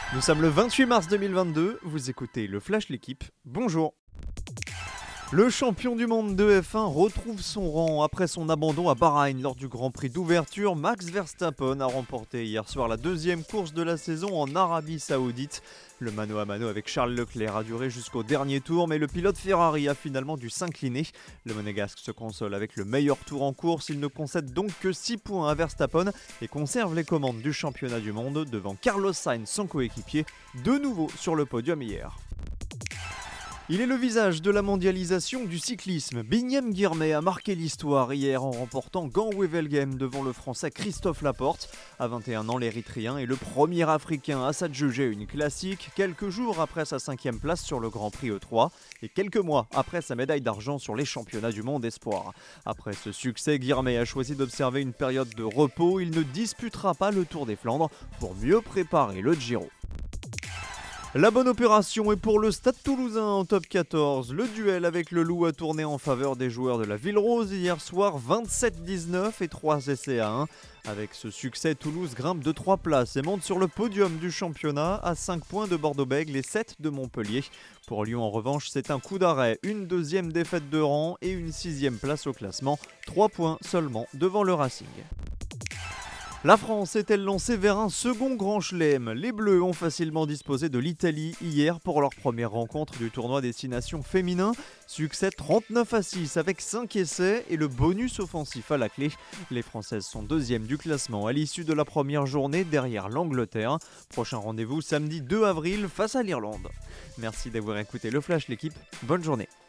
Nous sommes le 28 mars 2022, vous écoutez le Flash L'équipe, bonjour. Le champion du monde de F1 retrouve son rang après son abandon à Bahreïn lors du Grand Prix d'ouverture. Max Verstappen a remporté hier soir la deuxième course de la saison en Arabie Saoudite. Le mano à mano avec Charles Leclerc a duré jusqu'au dernier tour, mais le pilote Ferrari a finalement dû s'incliner. Le monégasque se console avec le meilleur tour en course. Il ne concède donc que 6 points à Verstappen et conserve les commandes du championnat du monde devant Carlos Sainz, son coéquipier, de nouveau sur le podium hier. Il est le visage de la mondialisation du cyclisme. Binyam Girmay a marqué l'histoire hier en remportant Gand-Wevelgem devant le français Christophe Laporte. À 21 ans, l'Érythréen est le premier Africain à s'adjuger une classique, quelques jours après sa 5e place sur le Grand Prix E3 et quelques mois après sa médaille d'argent sur les championnats du monde espoir. Après ce succès, Girmay a choisi d'observer une période de repos. Il ne disputera pas le Tour des Flandres pour mieux préparer le Giro. La bonne opération est pour le Stade Toulousain en top 14. Le duel avec le Loup a tourné en faveur des joueurs de la Ville Rose hier soir, 27-19 et 3 essais à 1. Avec ce succès, Toulouse grimpe de 3 places et monte sur le podium du championnat à 5 points de Bordeaux-Bègles et 7 de Montpellier. Pour Lyon en revanche, c'est un coup d'arrêt, une deuxième défaite de rang et une 6e place au classement, 3 points seulement devant le Racing. La France est-elle lancée vers un second grand chelem? Les Bleus ont facilement disposé de l'Italie hier pour leur première rencontre du tournoi Destination féminin. Succès 39-6 avec 5 essais et le bonus offensif à la clé. Les Françaises sont deuxièmes du classement à l'issue de la première journée derrière l'Angleterre. Prochain rendez-vous samedi 2 avril face à l'Irlande. Merci d'avoir écouté le Flash L'équipe, bonne journée.